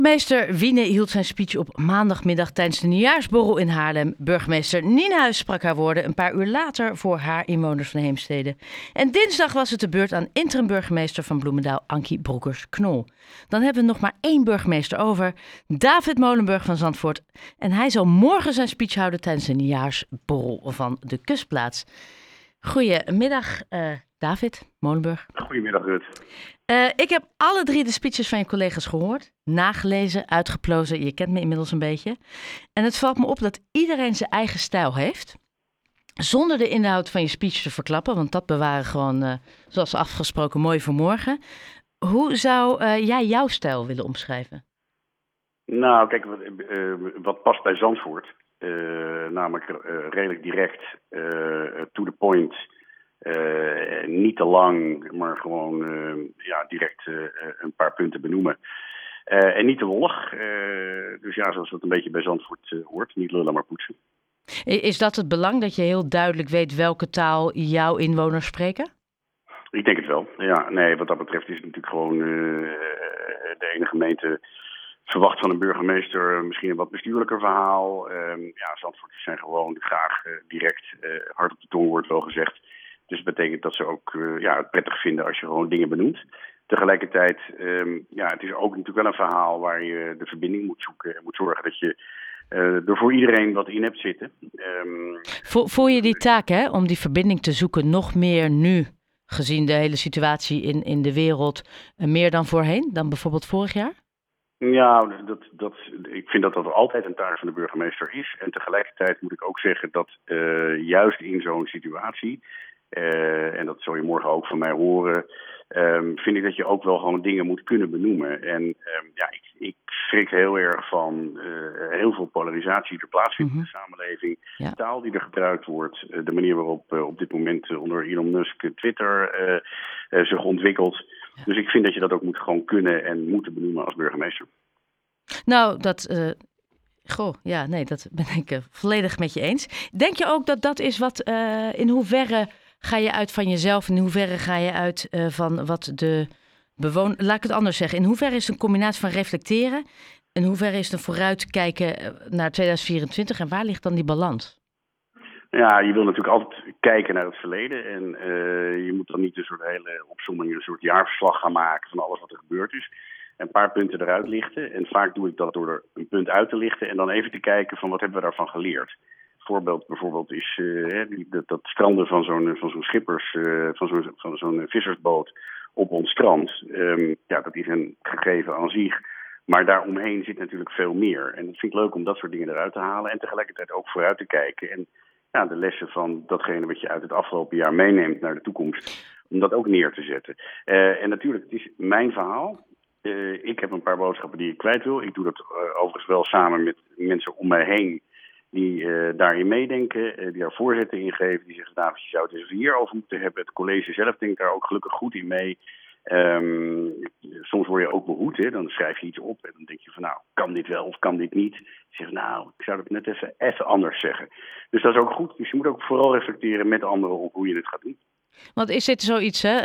Burgemeester Wiene hield zijn speech op maandagmiddag tijdens de nieuwjaarsborrel in Haarlem. Burgemeester Nienhuis sprak haar woorden een paar uur later voor haar inwoners van Heemstede. En dinsdag was het de beurt aan interim-burgemeester van Bloemendaal, Ankie Broekers-Knol. Dan hebben we nog maar 1 burgemeester over, David Molenburg van Zandvoort. En hij zal morgen zijn speech houden tijdens de nieuwjaarsborrel van de Kustplaats. Goedemiddag, David Molenburg. Goedemiddag, Rut. Ik heb alle 3 de speeches van je collega's gehoord, nagelezen, uitgeplozen. Je kent me inmiddels een beetje. En het valt me op dat iedereen zijn eigen stijl heeft. Zonder de inhoud van je speech te verklappen, want dat bewaren gewoon, zoals afgesproken, mooi voor morgen. Hoe zou jij jouw stijl willen omschrijven? Nou, kijk, wat past bij Zandvoort, namelijk redelijk direct, to the point, niet te lang, maar gewoon direct een paar punten benoemen. En niet te wollig, dus ja, zoals dat een beetje bij Zandvoort hoort, niet lullen maar poetsen. Is dat het belang, dat je heel duidelijk weet welke taal jouw inwoners spreken? Ik denk het wel. Ja, nee, wat dat betreft is het natuurlijk gewoon de ene gemeente verwacht van een burgemeester misschien een wat bestuurlijker verhaal. Zandvoorters zijn gewoon graag direct hard op de tong, wordt wel gezegd. Dus dat betekent dat ze ook het prettig vinden als je gewoon dingen benoemt. Tegelijkertijd, het is ook natuurlijk wel een verhaal waar je de verbinding moet zoeken en moet zorgen dat je er voor iedereen wat in hebt zitten. Voel je die taak, hè, om die verbinding te zoeken nog meer nu, gezien de hele situatie in de wereld, meer dan voorheen, dan bijvoorbeeld vorig jaar? Ja, ik vind dat er altijd een taak van de burgemeester is. En tegelijkertijd moet ik ook zeggen dat juist in zo'n situatie, en dat zul je morgen ook van mij horen, vind ik dat je ook wel gewoon dingen moet kunnen benoemen. En ik schrik heel erg van heel veel polarisatie die er plaatsvindt in de samenleving. Ja. De taal die er gebruikt wordt, de manier waarop op dit moment onder Elon Musk Twitter zich ontwikkelt. Ja. Dus ik vind dat je dat ook moet gewoon kunnen en moeten benoemen als burgemeester. Nou, dat ben ik volledig met je eens. Denk je ook dat is wat, in hoeverre ga je uit van jezelf? In hoeverre ga je uit van wat de bewoner... Laat ik het anders zeggen. In hoeverre is het een combinatie van reflecteren? In hoeverre is het een vooruitkijken naar 2024? En waar ligt dan die balans? Ja, je wil natuurlijk altijd kijken naar het verleden. En je moet dan niet een soort hele opsomming, een soort jaarverslag gaan maken van alles wat er gebeurd is. Een paar punten eruit lichten. En vaak doe ik dat door er een punt uit te lichten en dan even te kijken van wat hebben we daarvan geleerd. Voorbeeld bijvoorbeeld is dat stranden van zo'n schippers, van zo'n vissersboot op ons strand. Dat is een gegeven aan zich. Maar daaromheen zit natuurlijk veel meer. En het vind ik leuk om dat soort dingen eruit te halen en tegelijkertijd ook vooruit te kijken. En de lessen van datgene wat je uit het afgelopen jaar meeneemt naar de toekomst, om dat ook neer te zetten. En natuurlijk, het is mijn verhaal. Ik heb een paar boodschappen die ik kwijt wil. Ik doe dat overigens wel samen met mensen om mij heen die daarin meedenken, die daar voorzetten in geven, die zeggen, David, je zou het eens hierover moeten hebben. Het college zelf denkt daar ook gelukkig goed in mee. Soms word je ook behoed, hè? Dan schrijf je iets op en dan denk je van, nou, kan dit wel of kan dit niet? Je zegt, nou, ik zou het net even anders zeggen. Dus dat is ook goed. Dus je moet ook vooral reflecteren met anderen op hoe je het gaat doen. Want is dit zoiets, hè?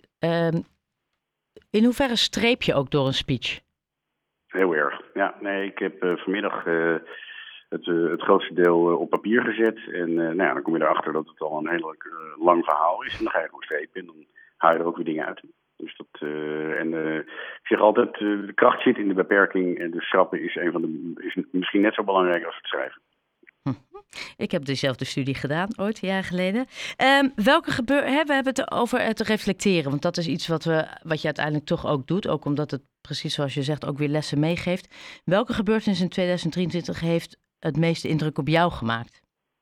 In hoeverre streep je ook door een speech? Heel erg. Ja, nee, ik heb vanmiddag het grootste deel op papier gezet. En dan kom je erachter dat het al een heel lang verhaal is. En dan ga je gewoon strepen en dan haal je er ook weer dingen uit. Dus ik zeg altijd, de kracht zit in de beperking. En dus schrappen is misschien net zo belangrijk als het schrijven. Ik heb dezelfde studie gedaan, ooit, een jaar geleden. We hebben het over het reflecteren. Want dat is iets wat je uiteindelijk toch ook doet. Ook omdat het, precies zoals je zegt, ook weer lessen meegeeft. Welke gebeurtenis in 2023 heeft het meeste indruk op jou gemaakt?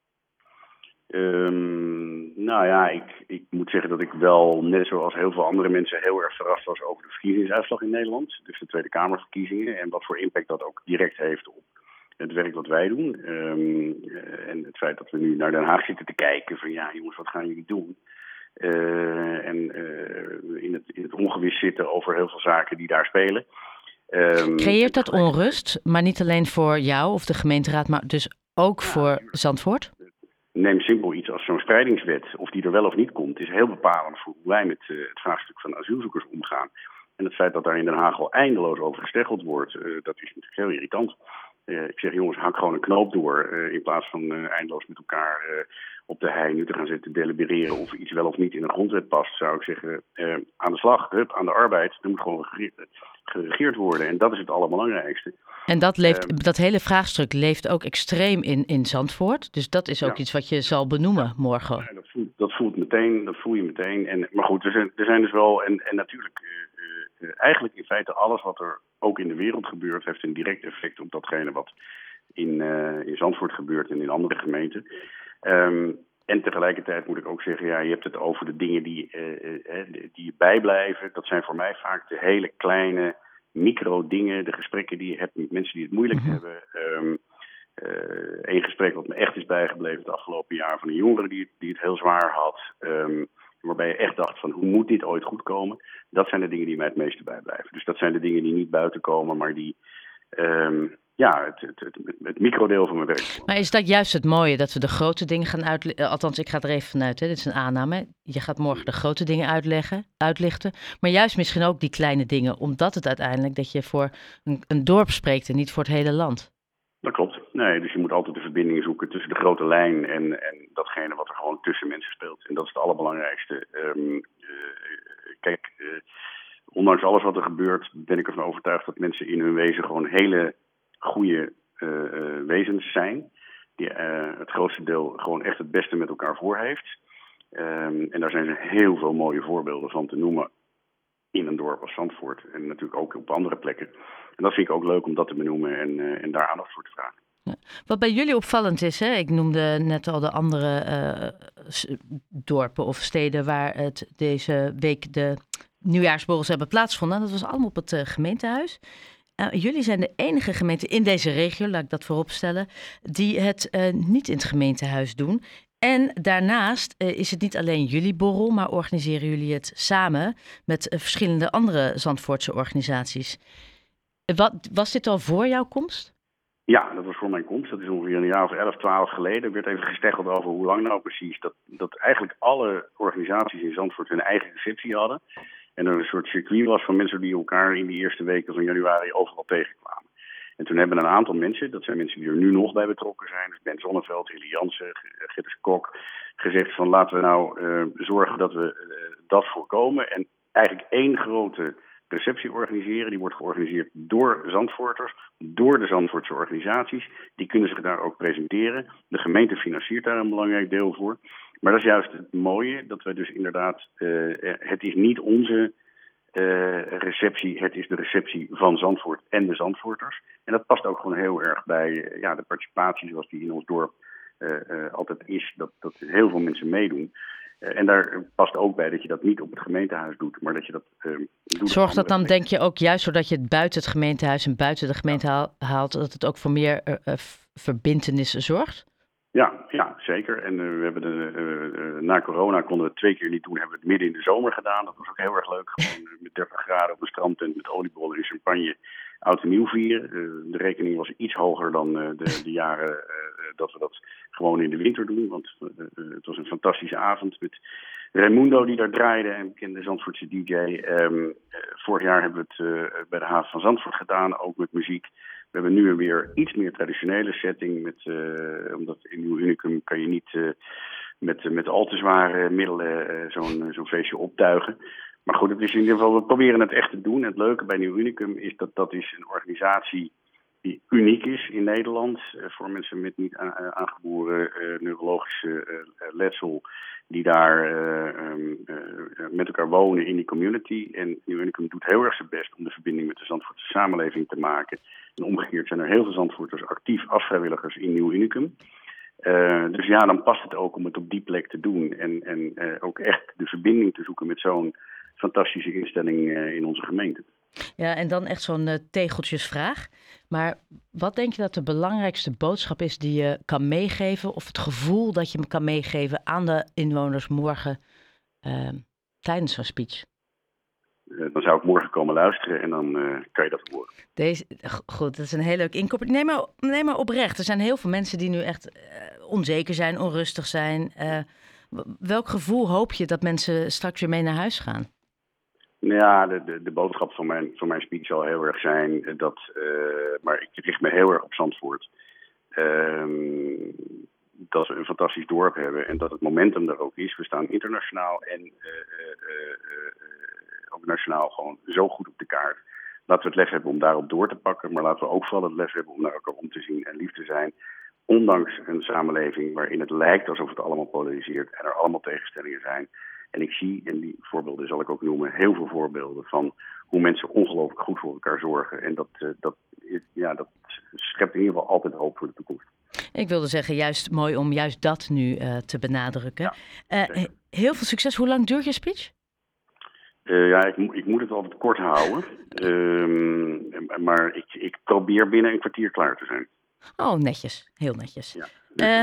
Ik moet zeggen dat ik wel, net zoals heel veel andere mensen, heel erg verrast was over de verkiezingsuitslag in Nederland. Dus de Tweede Kamerverkiezingen. En wat voor impact dat ook direct heeft op het werk wat wij doen. En het feit dat we nu naar Den Haag zitten te kijken van, ja jongens, wat gaan jullie doen? In het ongewis zitten over heel veel zaken die daar spelen. Creëert dat onrust, maar niet alleen voor jou of de gemeenteraad, maar dus ook voor Zandvoort? Neem simpel iets als zo'n spreidingswet, of die er wel of niet komt, is heel bepalend voor hoe wij met het vraagstuk van asielzoekers omgaan. En het feit dat daar in Den Haag al eindeloos over gesteggeld wordt, dat is natuurlijk heel irritant. Ik zeg, jongens, hak gewoon een knoop door. In plaats van eindeloos met elkaar op de hei nu te gaan zitten delibereren of iets wel of niet in de grondwet past, zou ik zeggen, aan de slag, aan de arbeid. Er moet gewoon geregeerd worden. En dat is het allerbelangrijkste. En dat hele vraagstuk leeft ook extreem in Zandvoort. Dus dat is ook iets wat je zal benoemen morgen. Ja, dat voel je meteen. Maar goed, er zijn dus wel, en natuurlijk, eigenlijk in feite alles wat er ook in de wereld gebeurt, heeft een direct effect op datgene wat in Zandvoort gebeurt en in andere gemeenten. En tegelijkertijd moet ik ook zeggen, je hebt het over de dingen die bijblijven. Dat zijn voor mij vaak de hele kleine micro-dingen, de gesprekken die je hebt met mensen die het moeilijk hebben. Eén gesprek wat me echt is bijgebleven het afgelopen jaar van een jongere die het heel zwaar had. Waarbij je echt dacht van, hoe moet dit ooit goed komen? Dat zijn de dingen die mij het meeste bijblijven. Dus dat zijn de dingen die niet buiten komen, maar die het microdeel van mijn werk. Maar is dat juist het mooie, dat we de grote dingen gaan uitlichten? Althans, ik ga er even vanuit, dit is een aanname. Je gaat morgen de grote dingen uitlichten. Maar juist misschien ook die kleine dingen, omdat het uiteindelijk dat je voor een dorp spreekt en niet voor het hele land. Dat klopt. Nee, dus je moet altijd de verbinding zoeken tussen de grote lijn en datgene wat er gewoon tussen mensen speelt. En dat is het allerbelangrijkste. Ondanks alles wat er gebeurt, ben ik ervan overtuigd dat mensen in hun wezen gewoon hele goede wezens zijn. Die het grootste deel gewoon echt het beste met elkaar voor heeft. En daar zijn er heel veel mooie voorbeelden van te noemen in een dorp als Zandvoort. En natuurlijk ook op andere plekken. En dat vind ik ook leuk om dat te benoemen en daar aandacht voor te vragen. Ja. Wat bij jullie opvallend is, ik noemde net al de andere dorpen of steden waar deze week de nieuwjaarsborrels hebben plaatsgevonden. Dat was allemaal op het gemeentehuis. Jullie zijn de enige gemeente in deze regio, laat ik dat vooropstellen, die het niet in het gemeentehuis doen. En daarnaast is het niet alleen jullie borrel, maar organiseren jullie het samen met verschillende andere Zandvoortse organisaties. Was dit al voor jouw komst? Ja, dat was voor mijn komst. Dat is ongeveer een jaar of 11, 12 geleden. Er werd even gesteggeld over hoe lang nou precies. Dat eigenlijk alle organisaties in Zandvoort hun eigen receptie hadden. En er een soort circuit was van mensen die elkaar in die eerste weken van januari overal tegenkwamen. En toen hebben een aantal mensen, dat zijn mensen die er nu nog bij betrokken zijn, dus Ben Zonneveld, Hilly Jansen, Gittus Kok, gezegd van laten we nou zorgen dat we dat voorkomen. En eigenlijk één grote receptie organiseren. Die wordt georganiseerd door Zandvoorters, door de Zandvoortse organisaties. Die kunnen zich daar ook presenteren. De gemeente financiert daar een belangrijk deel voor. Maar dat is juist het mooie, dat we dus inderdaad, het is niet onze receptie, het is de receptie van Zandvoort en de Zandvoorters. En dat past ook gewoon heel erg bij de participatie zoals die in ons dorp altijd is, dat heel veel mensen meedoen. En daar past ook bij dat je dat niet op het gemeentehuis doet, maar dat je dat doet. Zorgt dat dan, denk je, ook juist zodat je het buiten het gemeentehuis en buiten de gemeente haalt, dat het ook voor meer verbintenis zorgt? Ja, zeker. En we hebben na corona konden we het 2 keer niet doen. Hebben we het midden in de zomer gedaan. Dat was ook heel erg leuk. Gewoon met 30 graden op een strand en met oliebollen en champagne oud en nieuw vieren. De rekening was iets hoger dan de jaren dat we dat gewoon in de winter doen. Want het was een fantastische avond met Raimundo die daar draaide en bekende Zandvoortse DJ. Vorig jaar hebben we het bij de haven van Zandvoort gedaan, ook met muziek. We hebben nu weer iets meer traditionele setting. Omdat in Nieuw Unicum kan je niet met al te zware middelen zo'n feestje optuigen. Maar goed, het is in ieder geval, we proberen het echt te doen. Het leuke bij Nieuw Unicum is dat is een organisatie die uniek is in Nederland. Voor mensen met niet aangeboren neurologische letsel. Die daar met elkaar wonen in die community. En Nieuw Unicum doet heel erg zijn best om de verbinding met de Zandvoortse samenleving te maken. En omgekeerd zijn er heel veel Zandvoorters actief als vrijwilligers in Nieuw Unicum. Dus ja, dan past het ook om het op die plek te doen. En ook echt de verbinding te zoeken met zo'n fantastische instelling in onze gemeente. Ja, en dan echt zo'n tegeltjesvraag. Maar wat denk je dat de belangrijkste boodschap is die je kan meegeven, of het gevoel dat je me kan meegeven aan de inwoners morgen tijdens zo'n speech? Dan zou ik morgen komen luisteren en dan kan je dat horen. Goed, dat is een heel leuk inkopper. Nee, maar oprecht. Er zijn heel veel mensen die nu echt onzeker zijn, onrustig zijn. Welk gevoel hoop je dat mensen straks weer mee naar huis gaan? Nou ja, de boodschap van mijn speech zal heel erg zijn maar ik richt me heel erg op Zandvoort. Dat we een fantastisch dorp hebben en dat het momentum er ook is. We staan internationaal en ook nationaal gewoon zo goed op de kaart. Laten we het lef hebben om daarop door te pakken, maar laten we ook vooral het lef hebben om naar elkaar om te zien en lief te zijn. Ondanks een samenleving waarin het lijkt alsof het allemaal polariseert en er allemaal tegenstellingen zijn. En ik zie, en die voorbeelden zal ik ook noemen, heel veel voorbeelden van hoe mensen ongelooflijk goed voor elkaar zorgen. En dat schept in ieder geval altijd hoop voor de toekomst. Ik wilde zeggen, juist mooi om juist dat nu te benadrukken. Ja, heel veel succes. Hoe lang duurt je speech? Ik moet het altijd kort houden. Maar ik probeer binnen een kwartier klaar te zijn. Oh, netjes. Heel netjes. Ja,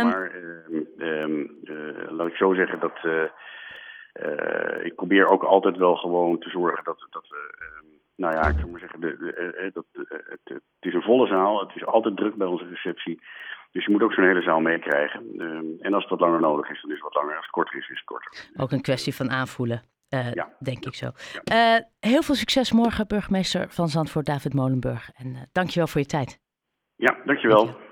laat ik zo zeggen dat ik probeer ook altijd wel gewoon te zorgen dat ik zou maar zeggen, het is een volle zaal. Het is altijd druk bij onze receptie. Dus je moet ook zo'n hele zaal meekrijgen. En als het wat langer nodig is, dan is het wat langer. Als het korter is, is het korter. Ook een kwestie van aanvoelen, denk ik zo. Ja. Heel veel succes morgen, burgemeester van Zandvoort, David Molenburg. En dankjewel voor je tijd. Ja, dankjewel.